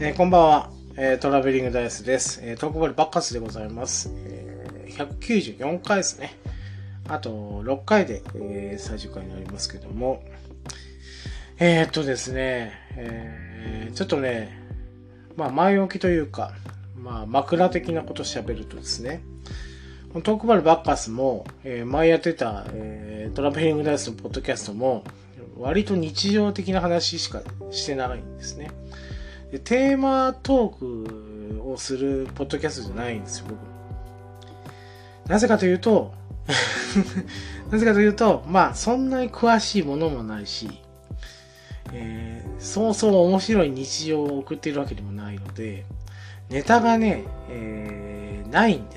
こんばんは、トラベリングダイスです。トークバルバッカスでございます。194回ですね。あと6回で、最終回になりますけども。ですね、ちょっとね、前置きというか、枕的なことを喋るとですね、トークバルバッカスも、前やってた、トラベリングダイスのポッドキャストも、割と日常的な話しかしてないんですね。でテーマトークをするポッドキャストじゃないんですよ、僕。なぜかというと、そんなに詳しいものもないし、そうそう面白い日常を送っているわけでもないので、ネタがね、ないんです。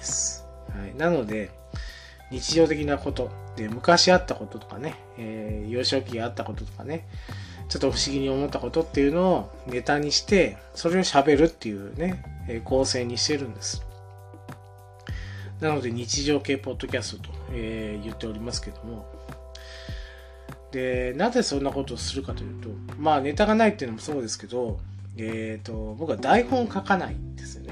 はい、なので、日常的なことで、昔あったこととかね、幼少期あったこととかね、ちょっと不思議に思ったことっていうのをネタにして、それを喋るっていうね、構成にしてるんです。なので日常系ポッドキャストと、言っておりますけども。で、なぜそんなことをするかというと、ネタがないっていうのもそうですけど、僕は台本書かないんですよね。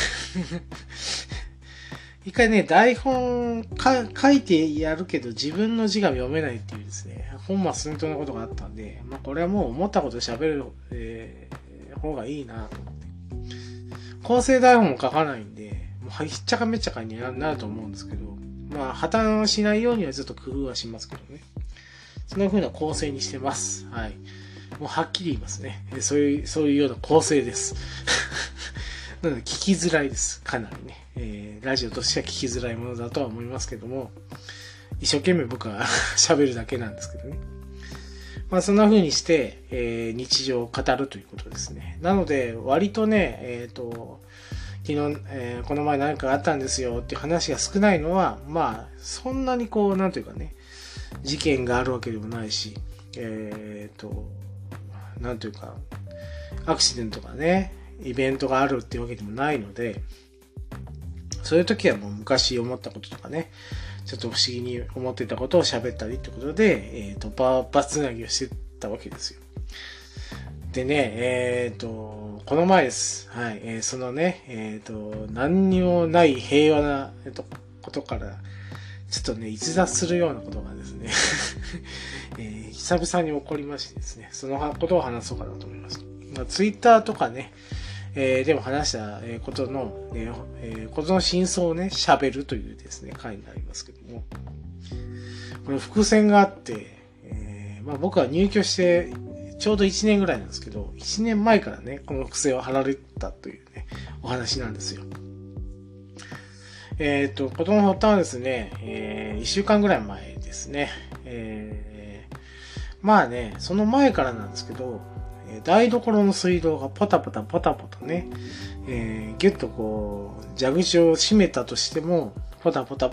一回ね、台本書いてやるけど自分の字が読めないっていうですね、本末転倒なことがあったんで、これはもう思ったこと喋る、方がいいなと思って。構成台本も書かないんで、もうひっちゃかめっちゃかになると思うんですけど、破綻しないようにはちょっと工夫はしますけどね。そんな風な構成にしてます。はい。もうはっきり言いますね。そういうような構成です。なので聞きづらいです。かなりね。ラジオとしては聞きづらいものだとは思いますけども、一生懸命僕は喋るだけなんですけどね。そんな風にして、日常を語るということですね。なので、割とね、昨日、この前何かあったんですよっていう話が少ないのは、そんなになんというかね、事件があるわけでもないし、なんというか、アクシデントがね、イベントがあるっていうわけでもないので、そういう時はもう昔思ったこととかね、ちょっと不思議に思ってたことを喋ったりってことで、パーつなぎをしてたわけですよ。でね、この前です。はい。そのね、何にもない平和な、ことから、ちょっとね、逸脱するようなことがですね、久々に起こりましてですね、そのことを話そうかなと思います。ツイッターとかね、でも話したことの、ことの真相をね、喋るというですね、回になりますけども。これ伏線があって、僕は入居してちょうど1年ぐらいなんですけど、1年前からね、この伏線を張られたというね、お話なんですよ。ことの発端はですね、1週間ぐらい前ですね。その前からなんですけど、台所の水道がポタポタね、ギュッと蛇口を閉めたとしても、ポタポタ、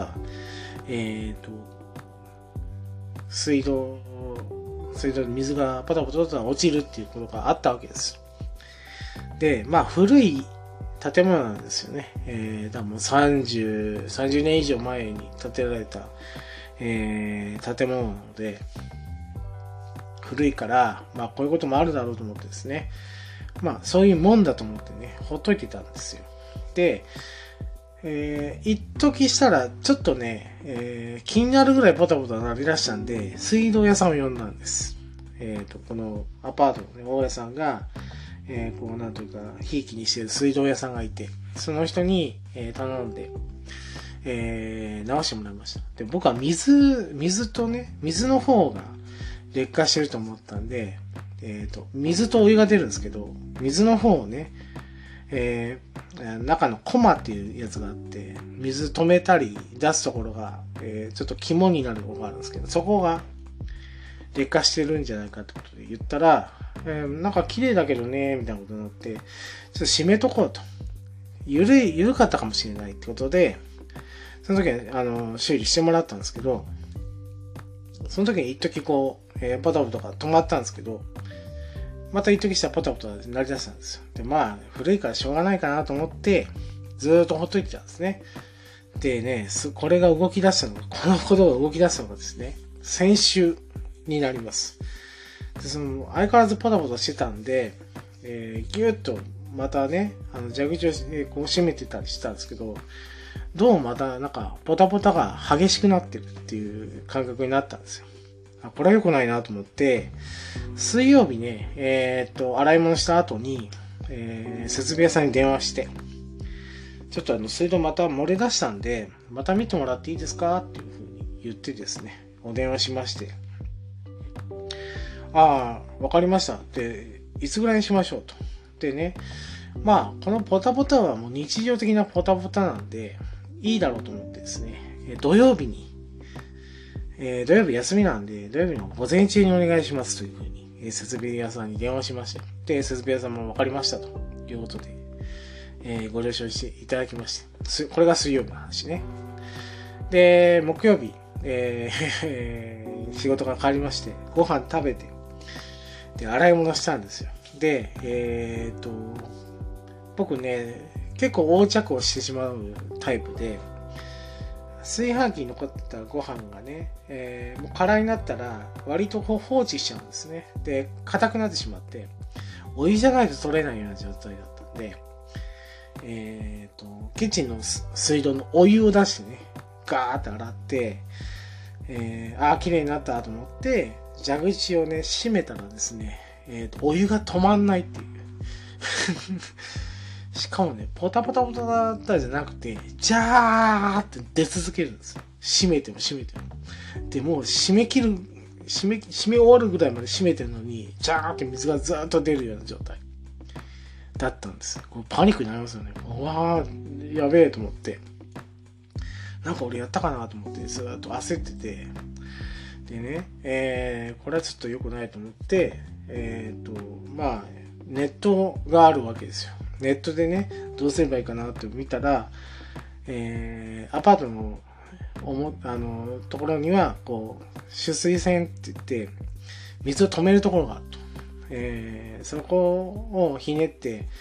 水道に水がポタポタ落ちるっていうことがあったわけです。で、古い建物なんですよね。だからもう30年以上前に建てられた、建物なので、古いから、こういうこともあるだろうと思ってですね。そういうもんだと思ってね、ほっといてたんですよ。で、一時したら、ちょっとね、気になるぐらいポタポタ鳴り出したんで、水道屋さんを呼んだんです。このアパートのね、大家さんが、なんというか、ひいきにしている水道屋さんがいて、その人に、頼んで、直してもらいました。で、僕は水とね、水の方が劣化してると思ったんで、水とお湯が出るんですけど、水の方をね、中のコマっていうやつがあって、水止めたり出すところが、ちょっと肝になるところがあるんですけど、そこが劣化してるんじゃないかってことで言ったら、なんか綺麗だけどね、みたいなことになって、ちょっと閉めとこうと。緩かったかもしれないってことで、その時は、修理してもらったんですけど、その時に一時ポタポタが止まったんですけど、また一時したらポタポタ鳴り出したんですよ。で、古いからしょうがないかなと思って、ずーっとほっといてたんですね。でね、これが動き出したのが、このことが動き出したのがですね、先週になります。で相変わらずポタポタしてたんで、 ギュッとまたね、蛇口を、こう閉めてたりしたんですけど、どうもまたなんかポタポタが激しくなってるっていう感覚になったんですよ。これは良くないなと思って、水曜日ね、洗い物した後に、設備屋さんに電話して、ちょっと水道また漏れ出したんで、また見てもらっていいですかっていうふうに言ってですね、お電話しまして、わかりました。で、いつぐらいにしましょうと。でね、このポタポタはもう日常的なポタポタなんで、いいだろうと思ってですね、土曜日休みなんで、土曜日の午前中にお願いしますというふうに、設備屋さんに電話しまして、で、設備屋さんも分かりましたということで、ご了承していただきまして、これが水曜日の話ね。で、木曜日、仕事が変わりまして、ご飯食べて、で、洗い物したんですよ。で、僕ね、結構横着をしてしまうタイプで、炊飯器に残ったご飯がね、もう空になったら割と放置しちゃうんですね。で、硬くなってしまって、お湯じゃないと取れないような状態だったんで、キッチンの水道のお湯を出してね、ガーって洗って、綺麗になったと思って、蛇口をね、閉めたらですね、お湯が止まんないっていう。しかもね、ポタポタポタだったじゃなくて、ジャーって出続けるんですよ。閉めても。で、もう閉め終わるぐらいまで閉めてるのに、ジャーって水がずーっと出るような状態だったんです。これパニックになりますよね。うわー、やべえと思って。なんか俺やったかなと思って、ずーっと焦ってて。でね、これはちょっと良くないと思って、ネットがあるわけですよ。ネットでね、どうすればいいかなって見たら、アパートのところには、こう、取水栓って言って、水を止めるところがあると。そこをひね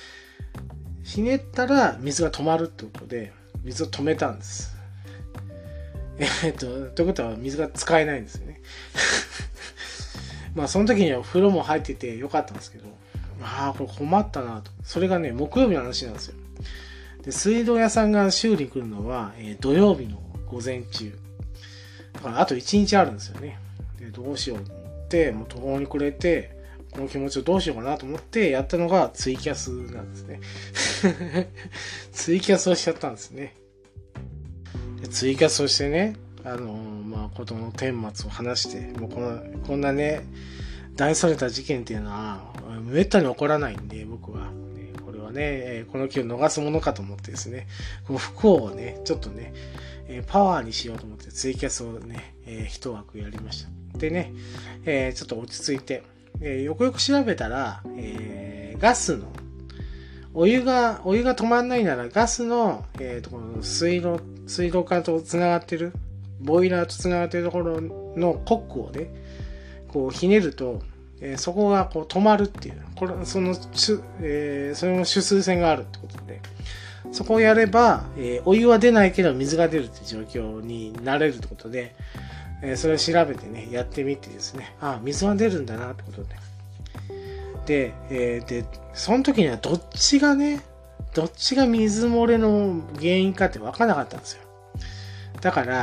ったら水が止まるってことで、水を止めたんです。ということは水が使えないんですよね。その時には風呂も入っててよかったんですけど、これ困ったなと。それがね、木曜日の話なんですよ。で、水道屋さんが修理に来るのは、土曜日の午前中。だからあと1日あるんですよね。で、どうしようと思って、もう途方に暮れて、この気持ちをどうしようかなと思ってやったのがツイキャスなんですね。ツイキャスをしちゃったんですね。でツイキャスをしてね、ことの顛末を話して、もうこんなね、大それた事件っていうのは、めったに起こらないんで、僕は。これはね、この気を逃すものかと思ってですね、この不幸をね、ちょっとね、パワーにしようと思ってツイキャスをね、一枠やりました。でね、ちょっと落ち着いて、よくよく調べたら、ガスの、お湯が止まんないならガスの、この水道管と繋がってる、ボイラーと繋がってるところのコックをね、こうひねると、そこがこう止まるっていう、その取水栓があるってことで、そこをやれば、お湯は出ないけど水が出るって状況になれるってことで、それを調べてね、やってみてですね、水は出るんだなってことで。で、その時にはどっちが水漏れの原因かって分からなかったんですよ。だから、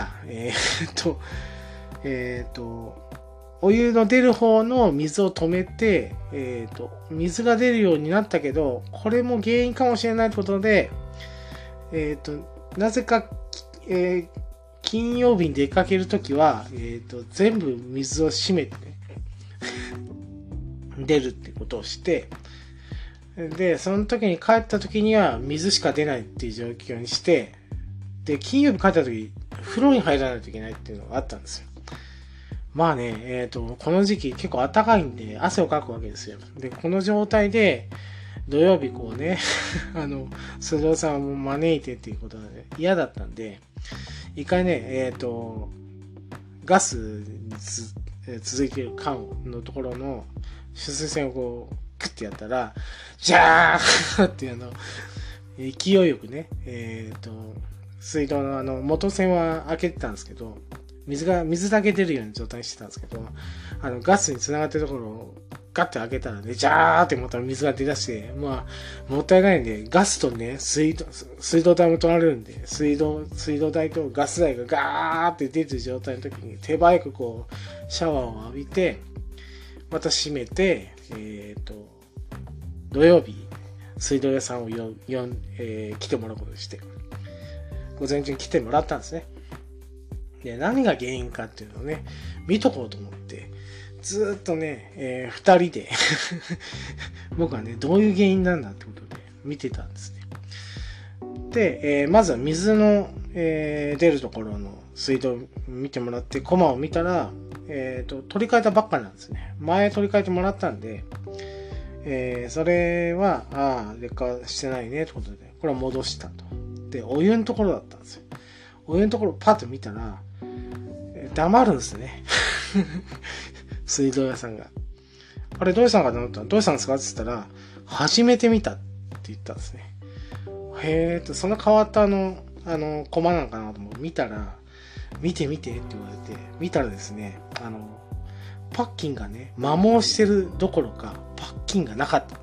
お湯の出る方の水を止めて、水が出るようになったけど、これも原因かもしれないってことで、なぜか、金曜日に出かけるときは、全部水を閉めてね、出るってことをして、で、その時に帰った時には水しか出ないっていう状況にして、で、金曜日帰った時、風呂に入らないといけないっていうのがあったんですよ。この時期結構暖かいんで汗をかくわけですよ。で、この状態で土曜日こうね、鈴尾さんを招いてっていうことがね、嫌だったんで、一回ね、ガスに続いている缶のところの取水栓をこう、クッてやったら、ジャーって勢いよくね、水道の元栓は開けてたんですけど、水だけ出るような状態にしてたんですけど、ガスに繋がってるところガッて開けたらね、ジャーってまた水が出だして、まあ、もったいないんで、ガスとね、水道代も取られるんで、水道代とガス代がガーって出てる状態の時に、手早くこう、シャワーを浴びて、また閉めて、土曜日、水道屋さんを来てもらうことにして、午前中に来てもらったんですね。で、何が原因かっていうのをね、見とこうと思って、ずーっとね、二人で僕はね、どういう原因なんだってことで見てたんですね。で、まずは水の、出るところの水道を見てもらって、コマを見たら、取り替えたばっかなんですね。前取り替えてもらったんで、それは、劣化してないねってことで、これは戻したと。で、お湯のところだったんですよ。お湯のところパッと見たら、黙るんですね。水道屋さんが。あれどうしたのかと思ったら、どうしたんですかって言ったら、初めて見たって言ったんですね。へーって、その変わったコマなんかなと思って見たら、見てって言われて、見たらですね、パッキンがね、摩耗してるどころか、パッキンがなかったんです。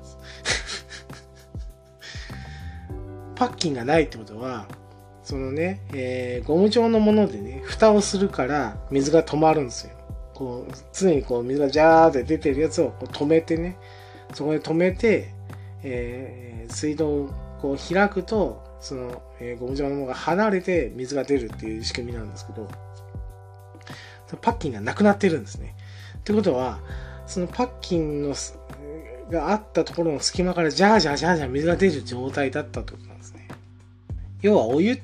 パッキンがないってことは、そのね、ゴム状のものでね、蓋をするから水が止まるんですよ。こう、常にこう水がジャーって出てるやつをこう止めてね、そこで止めて、水道をこう開くと、その、ゴム状のものが離れて水が出るっていう仕組みなんですけど、パッキンがなくなってるんですね。ってことは、そのパッキンがあったところの隙間からジャージャー水が出る状態だったってことなんですね。要はお湯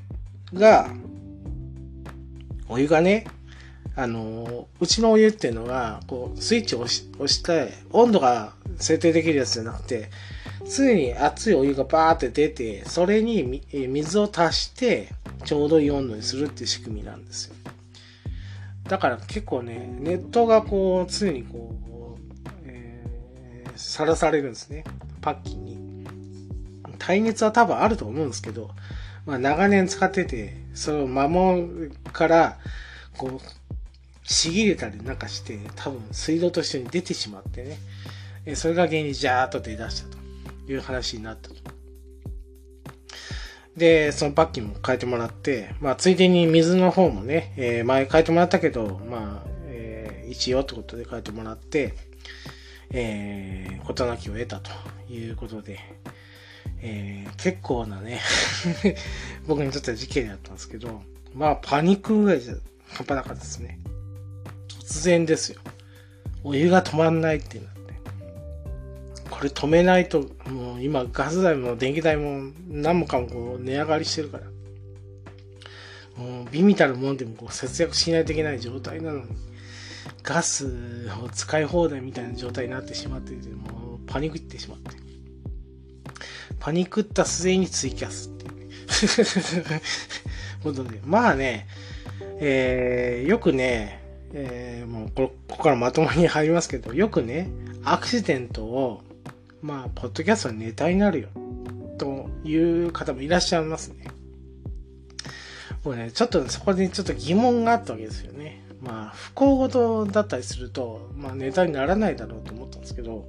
がね、うちのお湯っていうのが、こう、スイッチを押して、温度が設定できるやつじゃなくて、常に熱いお湯がバーって出て、それに水を足して、ちょうどいい温度にするっていう仕組みなんですよ。だから結構ね、熱湯がこう、常にこう、さらされるんですね。パッキンに。耐熱は多分あると思うんですけど、まあ長年使ってて、それを守るから、こう、ちぎれたりなんかして、多分水道と一緒に出てしまってね。それが原因にジャーっと出だしたという話になったと。で、そのパッキンも変えてもらって、まあ、ついでに水の方もね、前変えてもらったけど、まあ、一応ってことで変えてもらって、事なきを得たということで、結構なね、僕にとっては事件だったんですけど、まあ、パニックぐらいじゃ半端なかったですね。突然ですよ。お湯が止まんないってなって。これ止めないと、もう今ガス代も電気代も何もかもこう値上がりしてるから。もう微々たるもんでもこう節約しないといけない状態なのに、ガスを使い放題みたいな状態になってしまっていて、もうパニックってしまって。パニックった末にツイキャスっていうね。ことで。まあね、よくね、もうここからまともに入りますけど、よくね、アクシデントを、まあ、ポッドキャストのネタになるよ、という方もいらっしゃいますね。もうね、ちょっとそこでちょっと疑問があったわけですよね。まあ、不幸事だったりすると、まあ、ネタにならないだろうと思ったんですけど、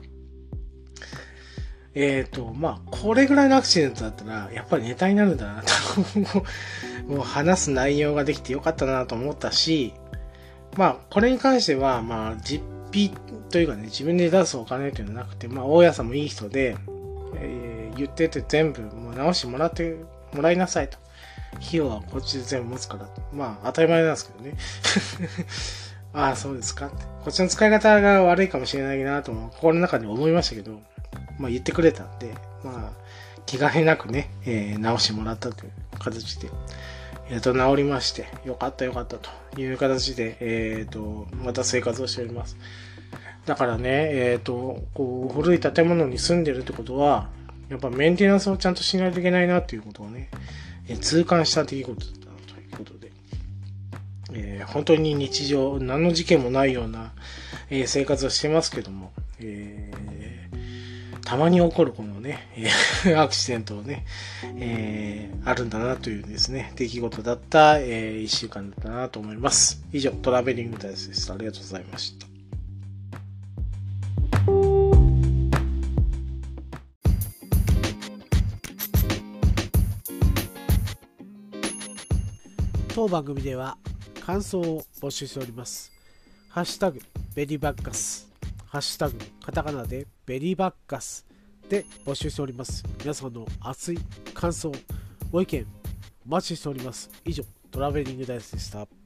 まあ、これぐらいのアクシデントだったら、やっぱりネタになるんだなと、もう話す内容ができてよかったなと思ったし、まあ、これに関しては、まあ、実費というかね、自分で出すお金というのはなくて、まあ、大家さんもいい人で、言ってて全部もう直してもらいなさいと。費用はこっちで全部持つからと。まあ、当たり前なんですけどね。ああ、そうですかって。こっちの使い方が悪いかもしれないなとも、心の中で思いましたけど、まあ、言ってくれたんで、まあ、気兼ねなくね、直してもらったという形で、治りまして、よかったという形で、また生活をしております。だからね、こう、古い建物に住んでるってことは、やっぱメンテナンスをちゃんとしないといけないなっていうことをね、痛感した出来事だったということで、本当に日常、何の事件もないような、生活をしてますけども、たまに起こるこのね、アクシデントをね、あるんだなというですね、出来事だった、1週間だったなと思います。以上、トラベリングダイスでした。ありがとうございました。 当番組では感想を募集しております。ハッシュタグベリーバッカス、ハッシュタグカタカナでベリーバッカスで募集しております。皆さんの熱い感想、ご意見お待ちしております。以上、トラベリングダイスでした。